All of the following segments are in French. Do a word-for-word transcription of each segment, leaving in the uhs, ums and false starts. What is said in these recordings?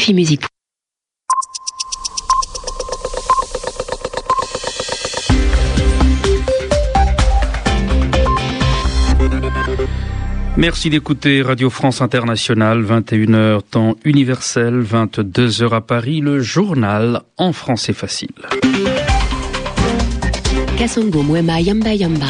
Musique. Merci d'écouter Radio France Internationale, vingt et une heures temps universel, vingt-deux heures à Paris, le journal en français facile. Kasongo Mwema Yamba Yamba.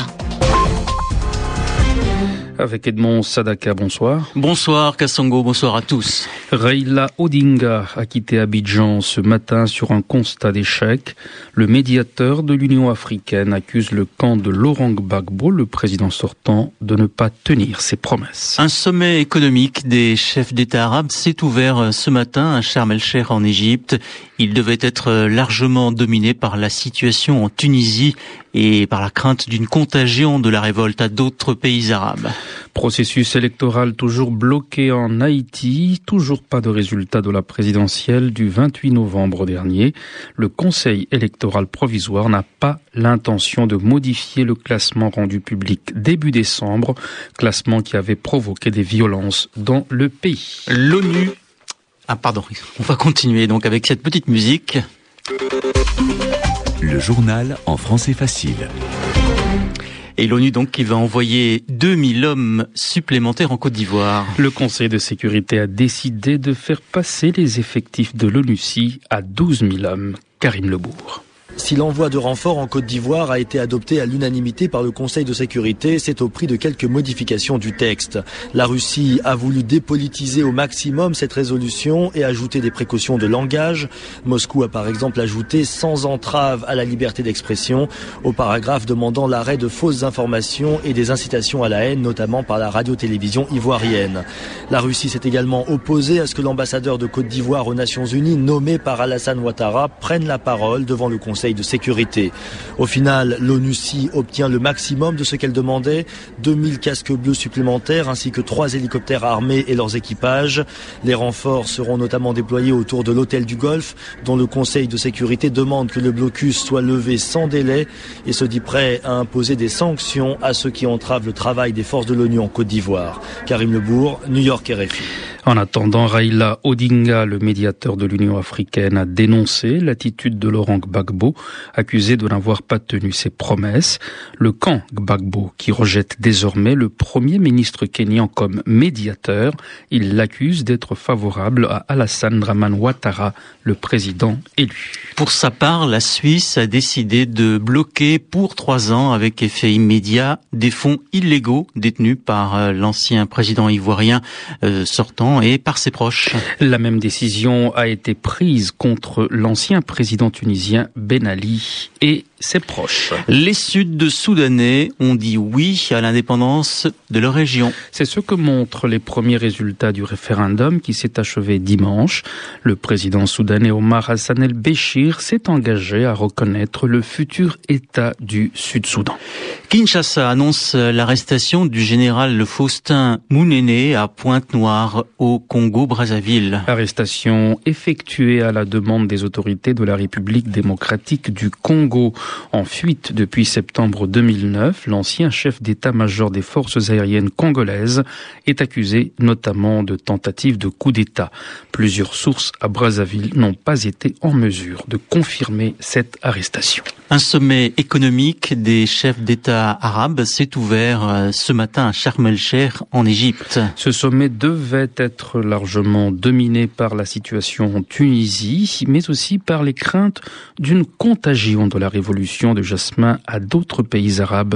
Avec Edmond Sadaka, bonsoir. Bonsoir Kassongo, bonsoir à tous. Raila Odinga a quitté Abidjan ce matin sur un constat d'échec. Le médiateur de l'Union africaine accuse le camp de Laurent Gbagbo, le président sortant, de ne pas tenir ses promesses. Un sommet économique des chefs d'État arabes s'est ouvert ce matin à Sharm el-Sheikh en Égypte. Il devait être largement dominé par la situation en Tunisie et par la crainte d'une contagion de la révolte à d'autres pays arabes. Processus électoral toujours bloqué en Haïti, toujours pas de résultat de la présidentielle du vingt-huit novembre dernier. Le Conseil électoral provisoire n'a pas l'intention de modifier le classement rendu public début décembre, classement qui avait provoqué des violences dans le pays. L'ONU... Ah pardon, on va continuer donc avec cette petite musique. Le journal en français facile. Et l'ONU donc qui va envoyer deux mille hommes supplémentaires en Côte d'Ivoire. Le Conseil de sécurité a décidé de faire passer les effectifs de l'ONUCI à douze mille hommes. Karim Lebourg. Si l'envoi de renforts en Côte d'Ivoire a été adopté à l'unanimité par le Conseil de sécurité, c'est au prix de quelques modifications du texte. La Russie a voulu dépolitiser au maximum cette résolution et ajouter des précautions de langage. Moscou a par exemple ajouté sans entrave à la liberté d'expression au paragraphe demandant l'arrêt de fausses informations et des incitations à la haine, notamment par la radio-télévision ivoirienne. La Russie s'est également opposée à ce que l'ambassadeur de Côte d'Ivoire aux Nations Unies, nommé par Alassane Ouattara, prenne la parole devant le Conseil de sécurité. Au final, l'ONUCI obtient le maximum de ce qu'elle demandait, deux mille casques bleus supplémentaires ainsi que trois hélicoptères armés et leurs équipages. Les renforts seront notamment déployés autour de l'hôtel du Golfe, dont le Conseil de sécurité demande que le blocus soit levé sans délai et se dit prêt à imposer des sanctions à ceux qui entravent le travail des forces de l'ONU en Côte d'Ivoire. Karim Lebourg, New York R F I. En attendant, Raila Odinga, le médiateur de l'Union africaine, a dénoncé l'attitude de Laurent Gbagbo, accusé de n'avoir pas tenu ses promesses. Le camp Gbagbo, qui rejette désormais le premier ministre kényan comme médiateur, il l'accuse d'être favorable à Alassane Dramane Ouattara, le président élu. Pour sa part, la Suisse a décidé de bloquer pour trois ans, avec effet immédiat, des fonds illégaux détenus par l'ancien président ivoirien euh, sortant et par ses proches. La même décision a été prise contre l'ancien président tunisien Ben Ali et ses proches. Les Sud-Soudanais ont dit oui à l'indépendance de leur région. C'est ce que montrent les premiers résultats du référendum qui s'est achevé dimanche. Le président soudanais Omar Hassan el-Béchir s'est engagé à reconnaître le futur État du Sud-Soudan. Kinshasa annonce l'arrestation du général Faustin Mounéné à Pointe-Noire au Congo-Brazzaville. Arrestation effectuée à la demande des autorités de la République démocratique du Congo. En fuite depuis septembre deux mille neuf, l'ancien chef d'état-major des forces aériennes congolaises est accusé notamment de tentative de coup d'État. Plusieurs sources à Brazzaville n'ont pas été en mesure de confirmer cette arrestation. Un sommet économique des chefs d'État arabes s'est ouvert ce matin à Sharm el-Sheikh en Égypte. Ce sommet devait être largement dominé par la situation en Tunisie, mais aussi par les craintes d'une contagion de la révolution de Jasmin à d'autres pays arabes.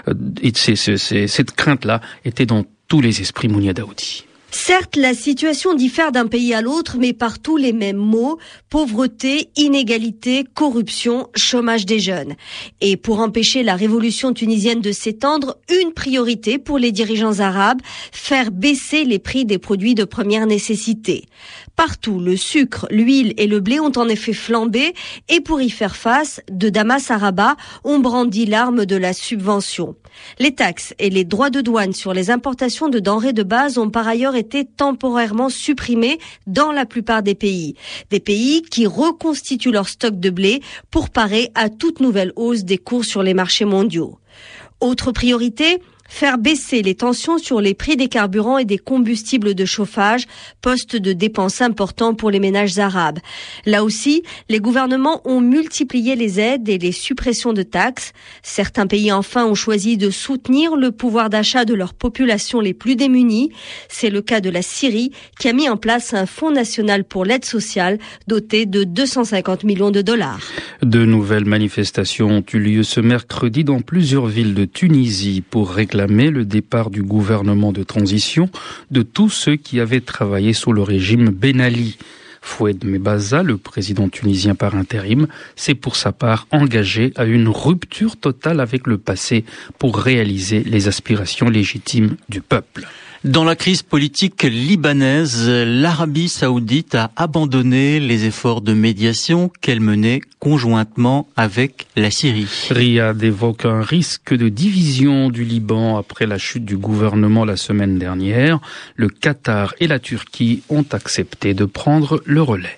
Et c'est, c'est, c'est, cette crainte-là était dans tous les esprits, Mounia Daoudi. Certes, la situation diffère d'un pays à l'autre, mais partout les mêmes mots, pauvreté, inégalité, corruption, chômage des jeunes. Et pour empêcher la révolution tunisienne de s'étendre, une priorité pour les dirigeants arabes, faire baisser les prix des produits de première nécessité. Partout, le sucre, l'huile et le blé ont en effet flambé, et pour y faire face, de Damas à Rabat, on brandit l'arme de la subvention. Les taxes et les droits de douane sur les importations de denrées de base ont par ailleurs été temporairement supprimés dans la plupart des pays. Des pays qui reconstituent leur stock de blé pour parer à toute nouvelle hausse des cours sur les marchés mondiaux. Autre priorité, faire baisser les tensions sur les prix des carburants et des combustibles de chauffage, poste de dépenses important pour les ménages arabes. Là aussi, les gouvernements ont multiplié les aides et les suppressions de taxes. Certains pays enfin ont choisi de soutenir le pouvoir d'achat de leurs populations les plus démunies. C'est le cas de la Syrie qui a mis en place un fonds national pour l'aide sociale doté de deux cent cinquante millions de dollars. De nouvelles manifestations ont eu lieu ce mercredi dans plusieurs villes de Tunisie pour réclamer le départ du gouvernement de transition de tous ceux qui avaient travaillé sous le régime Ben Ali. Foued Mebaza, le président tunisien par intérim, s'est pour sa part engagé à une rupture totale avec le passé pour réaliser les aspirations légitimes du peuple. Dans la crise politique libanaise, l'Arabie saoudite a abandonné les efforts de médiation qu'elle menait conjointement avec la Syrie. Riyad évoque un risque de division du Liban après la chute du gouvernement la semaine dernière. Le Qatar et la Turquie ont accepté de prendre le relais.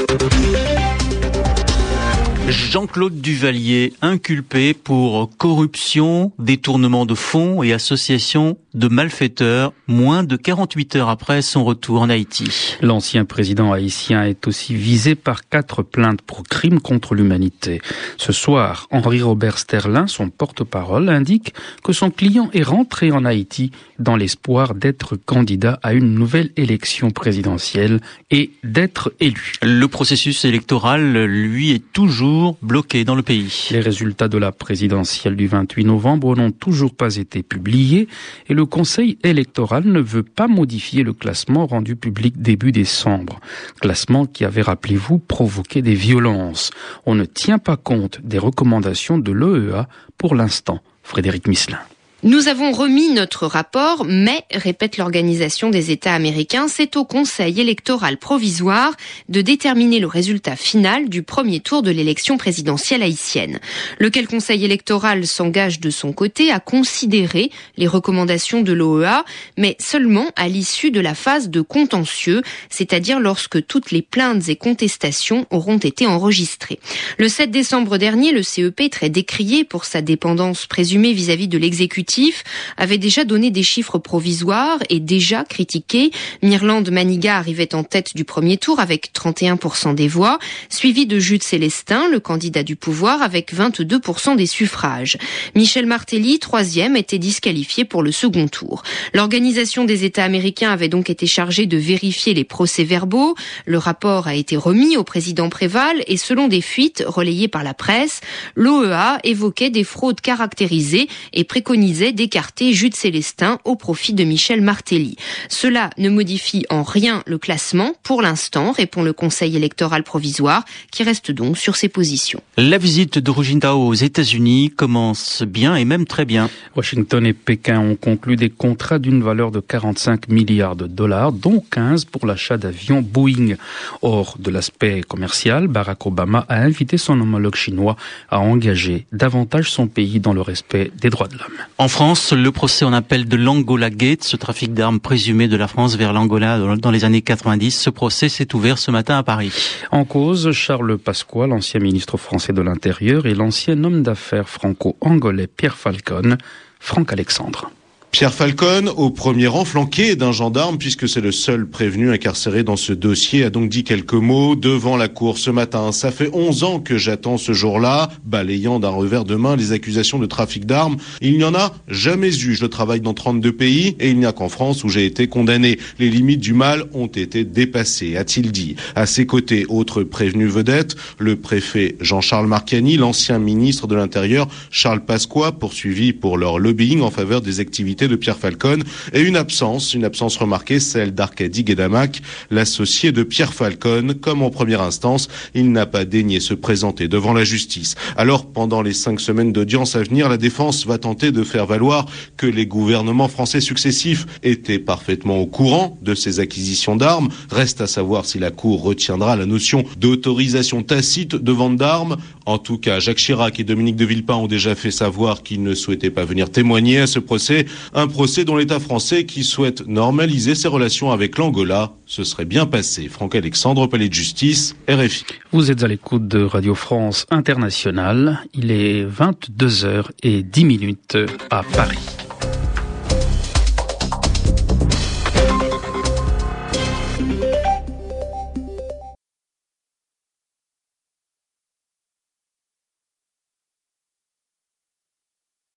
Jean-Claude Duvalier, inculpé pour corruption, détournement de fonds et association de malfaiteurs, moins de quarante-huit heures après son retour en Haïti. L'ancien président haïtien est aussi visé par quatre plaintes pour crimes contre l'humanité. Ce soir, Henri-Robert Sterlin, son porte-parole, indique que son client est rentré en Haïti dans l'espoir d'être candidat à une nouvelle élection présidentielle et d'être élu. Le processus électoral, lui, est toujours bloqué dans le pays. Les résultats de la présidentielle du vingt-huit novembre n'ont toujours pas été publiés et le Conseil électoral ne veut pas modifier le classement rendu public début décembre. Classement qui avait, rappelez-vous, provoqué des violences. On ne tient pas compte des recommandations de l'O E A pour l'instant. Frédéric Misselin. Nous avons remis notre rapport, mais, répète l'Organisation des États américains, c'est au Conseil électoral provisoire de déterminer le résultat final du premier tour de l'élection présidentielle haïtienne. Lequel Conseil électoral s'engage de son côté à considérer les recommandations de l'O E A, mais seulement à l'issue de la phase de contentieux, c'est-à-dire lorsque toutes les plaintes et contestations auront été enregistrées. Le sept décembre dernier, le C E P, très décrié pour sa dépendance présumée vis-à-vis de l'exécutif, avait déjà donné des chiffres provisoires et déjà critiqué. Mirland Maniga arrivait en tête du premier tour avec trente et un pour cent des voix, suivi de Jude Célestin, le candidat du pouvoir, avec vingt-deux pour cent des suffrages. Michel Martelly, troisième, était disqualifié pour le second tour. L'Organisation des États américains avait donc été chargée de vérifier les procès-verbaux. Le rapport a été remis au président Préval et selon des fuites relayées par la presse, l'O E A évoquait des fraudes caractérisées et préconisait d'écarter Jude Célestin au profit de Michel Martelly. Cela ne modifie en rien le classement pour l'instant, répond le Conseil électoral provisoire, qui reste donc sur ses positions. La visite de Hu Jintao aux États-Unis commence bien et même très bien. Washington et Pékin ont conclu des contrats d'une valeur de quarante-cinq milliards de dollars, dont quinze pour l'achat d'avions Boeing. Hors de l'aspect commercial, Barack Obama a invité son homologue chinois à engager davantage son pays dans le respect des droits de l'homme. En France, le procès en appel de l'Angola Gate, ce trafic d'armes présumé de la France vers l'Angola dans les années quatre-vingt-dix, ce procès s'est ouvert ce matin à Paris. En cause, Charles Pasqua, l'ancien ministre français de l'Intérieur, et l'ancien homme d'affaires franco-angolais Pierre Falcone, Franck Alexandre. Pierre Falcone, au premier rang, flanqué d'un gendarme, puisque c'est le seul prévenu incarcéré dans ce dossier, a donc dit quelques mots devant la cour ce matin. Ça fait onze ans que j'attends ce jour-là, balayant d'un revers de main les accusations de trafic d'armes. Il n'y en a jamais eu. Je travaille dans trente-deux pays et il n'y a qu'en France où j'ai été condamné. Les limites du mal ont été dépassées, a-t-il dit. À ses côtés, autre prévenu vedette, le préfet Jean-Charles Marcani, l'ancien ministre de l'Intérieur Charles Pasqua, poursuivi pour leur lobbying en faveur des activités de Pierre Falcone, et une absence, une absence remarquée, celle d'Arkady Guedamac, l'associé de Pierre Falcone. Comme en première instance, il n'a pas daigné se présenter devant la justice. Alors, pendant les cinq semaines d'audience à venir, la défense va tenter de faire valoir que les gouvernements français successifs étaient parfaitement au courant de ces acquisitions d'armes. Reste à savoir si la Cour retiendra la notion d'autorisation tacite de vente d'armes. En tout cas, Jacques Chirac et Dominique de Villepin ont déjà fait savoir qu'ils ne souhaitaient pas venir témoigner à ce procès. Un procès dont l'État français, qui souhaite normaliser ses relations avec l'Angola, se serait bien passé. Franck Alexandre, Palais de Justice, R F I. Vous êtes à l'écoute de Radio France Internationale. Il est vingt-deux heures dix à Paris.